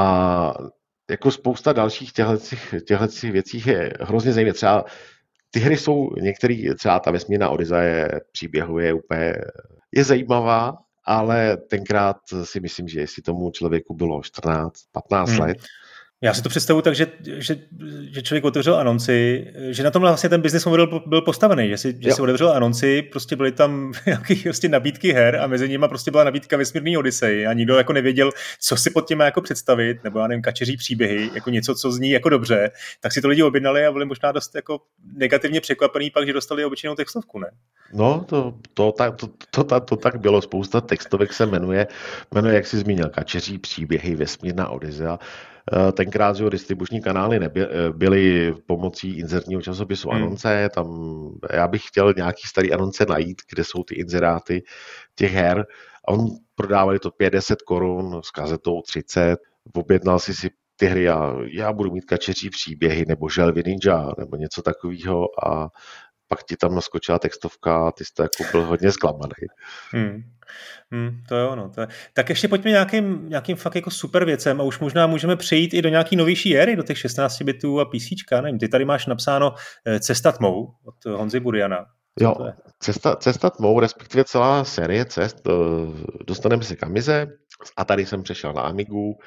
a jako spousta dalších těchto věcí je hrozně zajímavé. Třeba ty hry jsou některé, třeba ta Vesmírná Odyssea je příběhově úplně, je zajímavá, ale tenkrát si myslím, že jestli tomu člověku bylo čtrnáct patnáct hmm. let. Já si to představuji tak, že, že, že člověk otevřel anonci, že na tom vlastně ten business model byl postavený, že si, že si otevřel anonci, prostě byly tam nějaké prostě nabídky her a mezi nimi prostě byla nabídka Vesmírný Odyssey a nikdo jako nevěděl, co si pod tím má jako představit, nebo já nevím, kačeří příběhy, jako něco, co zní jako dobře, tak si to lidi objednali a byli možná dost jako negativně překvapený pak, že dostali obyčejnou textovku, ne? No, to, to, to, to, to, to, to tak bylo, spousta textovek se jmenuje, jmenuje, jak jsi zmínil, kačeří příběhy, Vesmírná Odyssea. Tenkrát, že distribuční kanály nebyly, byly pomocí inzertního časopisu hmm. anonce, tam já bych chtěl nějaký starý anonce najít, kde jsou ty inzeráty těch her a on prodávali to pět deset korun s kazetou třicet, objednal si si ty hry a já budu mít kačeří příběhy nebo Želvy Ninja nebo něco takového a pak ti tam naskočila textovka a ty jsi to jako byl hodně zklamaný. Hmm. Hmm, to je ono. To je. Tak ještě pojďme nějakým, nějakým fakt jako super věcem a už možná můžeme přejít i do nějaký novější éry, do těch šestnáct bitů a PCčka. Nevím, ty tady máš napsáno Cesta tmou od Honzy Buriana. Co jo, cesta, cesta tmou, respektive celá série cest. Dostaneme se k Amize a tady jsem přešel na Amigu.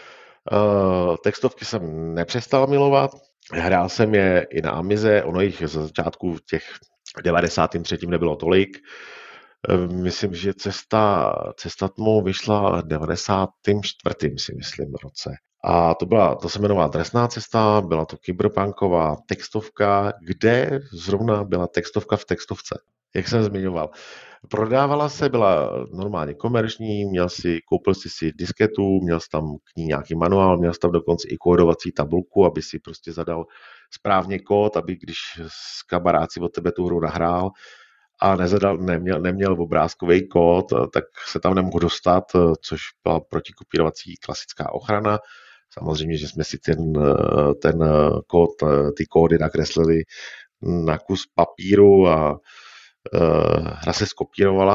Textovky jsem nepřestal milovat. Hrál jsem je i na Amize, ono jich ze začátku v těch devadesátém třetím nebylo tolik. Myslím, že cesta, cesta tmou vyšla v devadesátém čtvrtém si myslím roce. A to, byla, to se jmenovala Drsná cesta, byla to kyberpunková textovka, kde zrovna byla textovka v textovce, jak jsem zmiňoval. Prodávala se, byla normálně komerční, měl si, koupil si si disketu, měl jsi tam k ní nějaký manuál, měl jsi tam dokonce i kódovací tabulku, aby si prostě zadal správně kód, aby když s kamaráci od tebe tu hru nahrál a nezadal, neměl, neměl obrázkový kód, tak se tam nemohl dostat, což byla protikopírovací klasická ochrana. Samozřejmě, že jsme si ten, ten kód, ty kódy nakreslili na kus papíru a hra se skopírovala.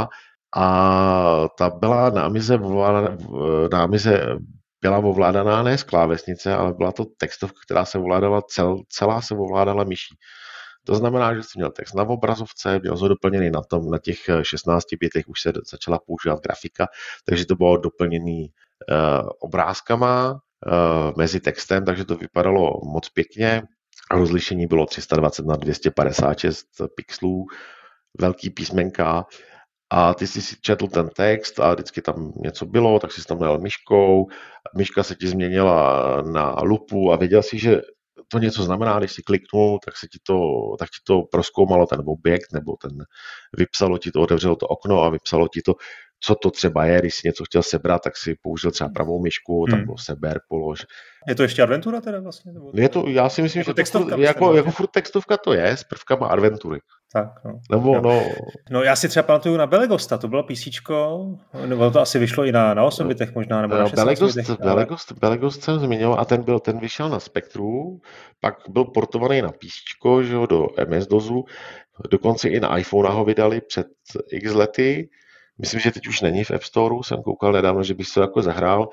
a ta byla na Amize, na Amize byla ovládaná ne z klávesnice, ale byla to textovka, která se ovládala, cel, celá se ovládala myší. To znamená, že jsi měl text na obrazovce, měl ho doplněný na tom, na těch šestnácti bitech už se začala používat grafika, takže to bylo doplněný uh, obrázkama uh, mezi textem, takže to vypadalo moc pěkně. Rozlišení bylo tři sta dvacet na dvě stě padesát šest pixelů, velký písmenka. A ty jsi si četl ten text a vždycky tam něco bylo, tak jsi tam dal myškou, myška se ti změnila na lupu a věděl si, že to něco znamená, když si kliknul, tak se ti to, tak ti to prozkoumalo ten objekt, nebo ten, vypsalo ti to, otevřelo to okno a vypsalo ti to, co to třeba je, když si něco chtěl sebrat, tak si použil třeba pravou myšku, hmm. tak bylo seber, polož. Je to ještě adventura teda vlastně? Nebo... Je to, já si myslím, jako že textovka, to, jako, jako furt textovka to je s prvkama adventury. Tak, no. Nebo, no. No, no já si třeba pamatuju na Belegosta, to bylo PCčko, nebo to asi vyšlo i na, na osm bitech možná, nebo na šestnáct bitech. Ale... Belegost, Belegost jsem zmiňoval a ten, byl, ten vyšel na Spectru, pak byl portovaný na PCčko, že jo, do em es dosu, dokonce i na iPhone ho vydali před x lety. Myslím, že teď už není v App Store, jsem koukal nedávno, že bych se to jako zahrál.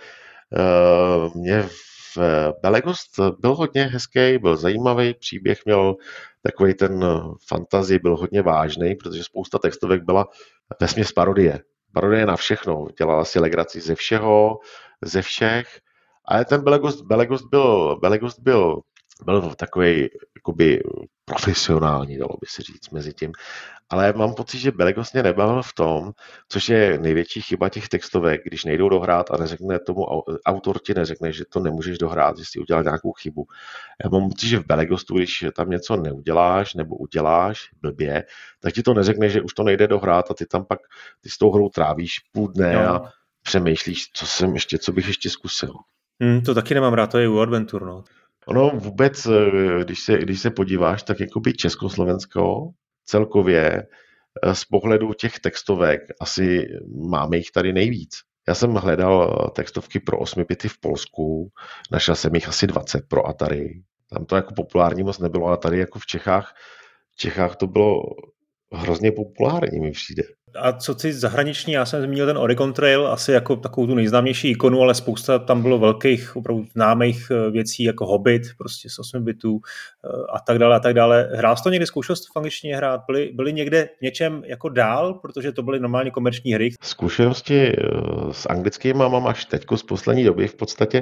Mě v Belegost byl hodně hezký, byl zajímavý, příběh měl takový ten fantasy, byl hodně vážný, protože spousta textovek byla vesměs parodie. Parodie na všechno, dělala si legraci ze všeho, ze všech. Ale ten Belegost, Belegost byl, Belegost byl, byl takový jakoby profesionální, dalo by se říct, mezi tím. Ale mám pocit, že Belegost mě nebavil v tom, což je největší chyba těch textovek, když nejdou dohrát a neřekne tomu, autor ti neřekne, že to nemůžeš dohrát, že jsi udělal nějakou chybu. Já mám pocit, že v Belegostu, když tam něco neuděláš nebo uděláš blbě, tak ti to neřekne, že už to nejde dohrát a ty tam pak ty s tou hrou trávíš půl dne no. a přemýšlíš, co jsem ještě, co bych ještě zkusil. Hmm, to taky nemám rád, to je u adventur, no. Ono vůbec, když se, když se podíváš, tak jakoby Československo celkově z pohledu těch textovek asi máme jich tady nejvíc. Já jsem hledal textovky pro osmi bity v Polsku, našel jsem jich asi dvacet pro Atari. Tam to jako populární moc nebylo, ale tady jako v Čechách, v Čechách to bylo hrozně populární, mi přijde. A co ty zahraniční, já jsem zmínil ten Oregon Trail, asi jako takovou tu nejznámější ikonu, ale spousta tam bylo velkých, opravdu známých věcí, jako Hobbit, prostě z osmi bitů a tak dále a tak dále. Hrál jsi to někdy, zkoušel jsi to v angličtině hrát? Byly, byly někde něčem jako dál, protože to byly normálně komerční hry? Zkušenosti s anglickými mám až teďko z poslední doby v podstatě.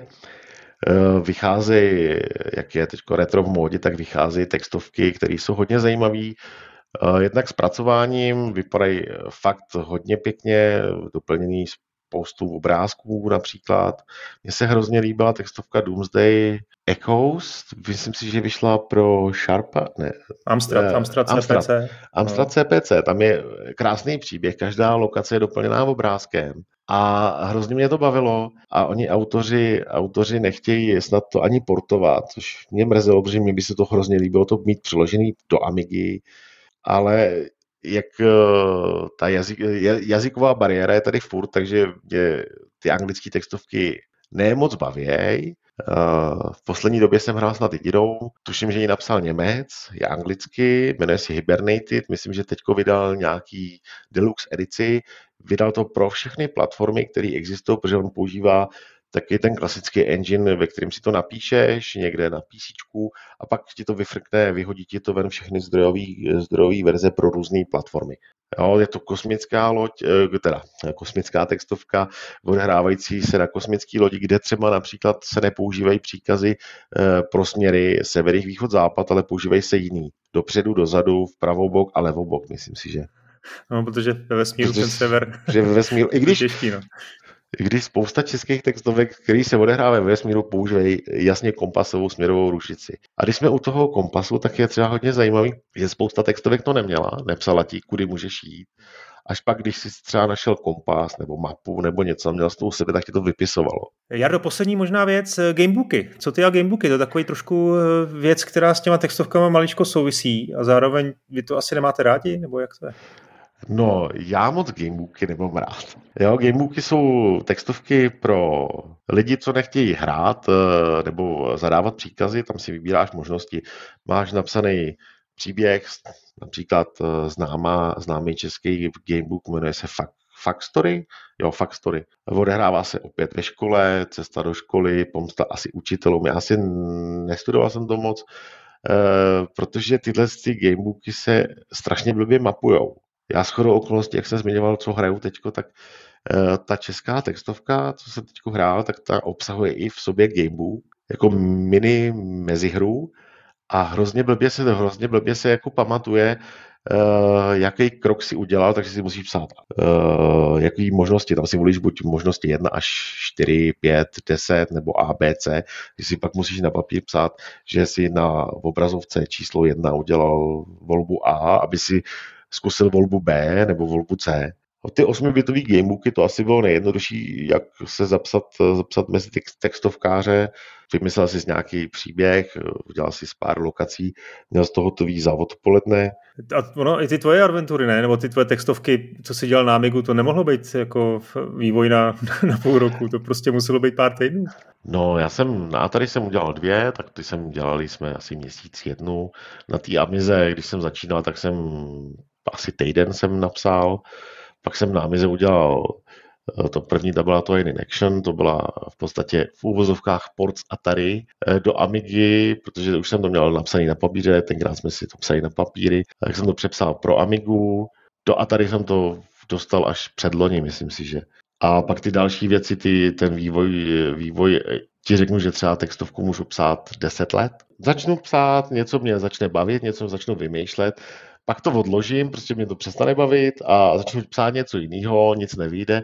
Vycházejí, jak je teďko retro v módě, tak vycházejí textovky, které jsou hodně zajímavé. Jednak zpracováním vypadají fakt hodně pěkně, doplněný spoustu obrázků například. Mně se hrozně líbila textovka Doomsday Echoes, myslím si, že vyšla pro Sharpa, ne. Amstrad, eh, Amstrad, Amstrad C P C. Amstrad no. C P C, tam je krásný příběh, každá lokace je doplněná obrázkem. A hrozně mě to bavilo a oni autoři, autoři nechtějí snad to ani portovat, což mě mrzelo, protože mě by se to hrozně líbilo to mít přiložený do Amigy, ale jak ta jazyk, jazyková bariéra je tady furt, takže mě ty anglické textovky ne moc bavěj. V poslední době jsem hrál snad jedinou, tuším, že ji napsal Němec, je anglicky, jmenuje se Hibernated, myslím, že teďko vydal nějaký deluxe edici, vydal to pro všechny platformy, které existují, protože on používá taky ten klasický engine, ve kterém si to napíšeš někde na PCčku a pak ti to vyfrkne, vyhodí ti to ven všechny zdrojový, zdrojový verze pro různé platformy. Jo, je to kosmická loď, teda kosmická textovka, odhrávající se na kosmický lodi, kde třeba například se nepoužívají příkazy pro směry sever, jih, východ, západ, ale používají se jiný. Dopředu, dozadu, vpravo bok a levo bok, myslím si, že. No, protože ve vesmíru protože, ten sever. Že ve vesmíru, i když, těžký, no. I když spousta českých textovek, který se odehrávají ve vesmíru, používají jasně kompasovou směrovou rušici. A když jsme u toho kompasu, tak je třeba hodně zajímavý, že spousta textovek to neměla, nepsala ti, kudy můžeš jít. Až pak, když jsi třeba našel kompas nebo mapu nebo něco, měl s tou sebe, tak ti to vypisovalo. Jardo, poslední možná věc, gamebooky. Co ty a gamebooky? To je takový trošku věc, která s těma textovkama maličko souvisí a zároveň vy to asi nemáte rádi, nebo jak to je? No, já moc gamebooky nemám rád. Jo, gamebooky jsou textovky pro lidi, co nechtějí hrát nebo zadávat příkazy, tam si vybíráš možnosti. Máš napsaný příběh, například známá, známý český gamebook, jmenuje se Fakt, Fakt Story? Jo, Fakt Story. Odehrává se opět ve škole, cesta do školy, pomsta asi učitelům. Já asi nestudoval jsem to moc, Uh, protože tyhle ty gamebooky se strašně blbě mapujou. Já shodou okolností, jak jsem zmiňoval, co hraju teďko, tak uh, ta česká textovka, co jsem teďko hrál, tak ta obsahuje i v sobě gamebook, jako mini mezihru a hrozně blbě se, hrozně blbě se jako pamatuje, Uh, jaký krok si udělal, takže si musíš psát, uh, jaký možnosti, tam si volíš buď možnosti jedna až čtyři, pět, deset nebo A, B, C, když si pak musíš na papír psát, že si na obrazovce číslo jedna udělal volbu A, aby si zkusil volbu B nebo volbu C. Ty osmibitový gamebooky, to asi bylo nejjednodušší, jak se zapsat, zapsat mezi textovkáře. Vymyslel jsi nějaký příběh, udělal si pár lokací, měl z toho hotový závod odpoledne. A ono, i ty tvoje adventury, ne? Nebo ty tvoje textovky, co jsi dělal na Amigu, to nemohlo být jako vývoj na, na půl roku, to prostě muselo být pár týdnů. No, já jsem, na Atari jsem udělal dvě, tak ty jsem dělali jsme asi měsíc jednu. Na té Amize, když jsem začínal, tak jsem asi týden jsem napsal. Pak jsem na Amize udělal to první, ta byla to in Action, to byla v podstatě v úvozovkách ports Atari do Amigy, protože už jsem to měl napsaný na papíře, tenkrát jsme si to psali na papíry, tak jsem to přepsal pro Amigu, do Atari jsem to dostal až předloni, myslím si, že. A pak ty další věci, ty, ten vývoj, vývoj, ti řeknu, že třeba textovku můžu psát deset let. Začnu psát, něco mě začne bavit, něco začnu vymýšlet, pak to odložím, prostě mě to přestane bavit a začnu psát něco jiného, nic nevyjde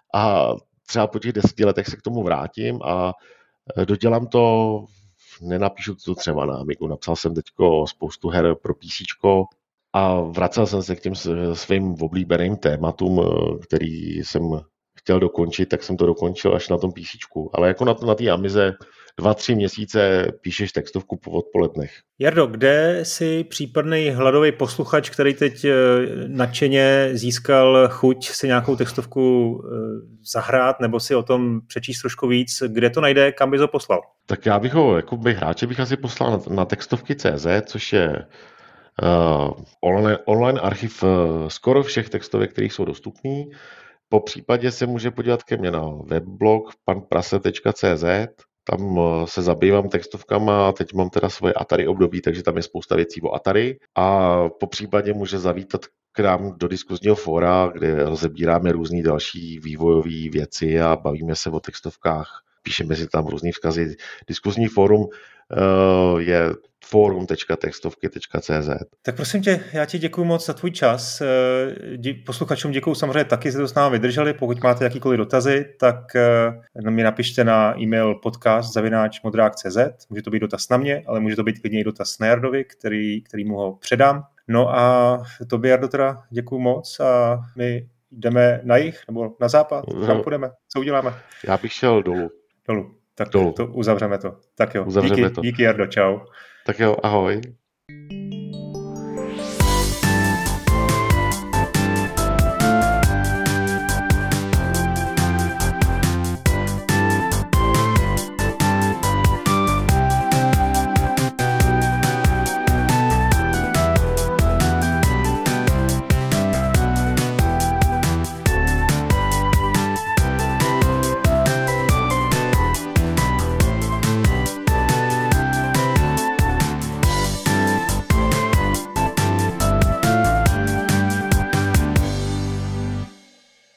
a třeba po těch deseti letech se k tomu vrátím a dodělám to, nenapíšu to třeba na Amigu, napsal jsem teďko spoustu her pro PCčko a vracel jsem se k těm svým oblíbeným tématům, který jsem chtěl dokončit, tak jsem to dokončil až na tom PCčku, ale jako na, na té Amize dva, tři měsíce píšeš textovku po odpolednech. Jardo, kde jsi případný hladový posluchač, který teď nadšeně získal chuť si nějakou textovku zahrát nebo si o tom přečíst trošku víc, kde to najde, kam bys ho poslal? Tak já bych ho, jako bych hráče bych asi poslal na, na textovky tečka cé zet, což je uh, online, online archiv uh, skoro všech textovek, které jsou dostupné. Po případě se může podívat ke mně na webblog pan prase tečka cé zet. Tam se zabývám textovkama a teď mám teda svoje Atari období, takže tam je spousta věcí o Atari. A po případě může zavítat k nám do diskuzního fóra, kde rozebíráme různé další vývojové věci a bavíme se o textovkách. Píšeme si tam různý vzkazy. Diskuzní fórum uh, je forum tečka textovky tečka cé zet. Tak prosím tě, já ti děkuji moc za tvůj čas. Posluchačům děkuji samozřejmě taky, že to s námi vydrželi. Pokud máte jakýkoliv dotazy, tak mi napište na e-mail podcast zavináč modrák tečka cé zet. Může to být dotaz na mě, ale může to být klidně i dotaz na Jardovi, který, který mu ho předám. No a tobě, Jardo, teda děkuji moc a my jdeme na jih nebo na západ. Kam půjdeme? Co uděláme? Já bych šel dolů. Dolů. Tak dolů. To uzavřeme to. Tak jo. Uzavřeme díky, to. díky, Jardo, čau. Tak jo, ahoj.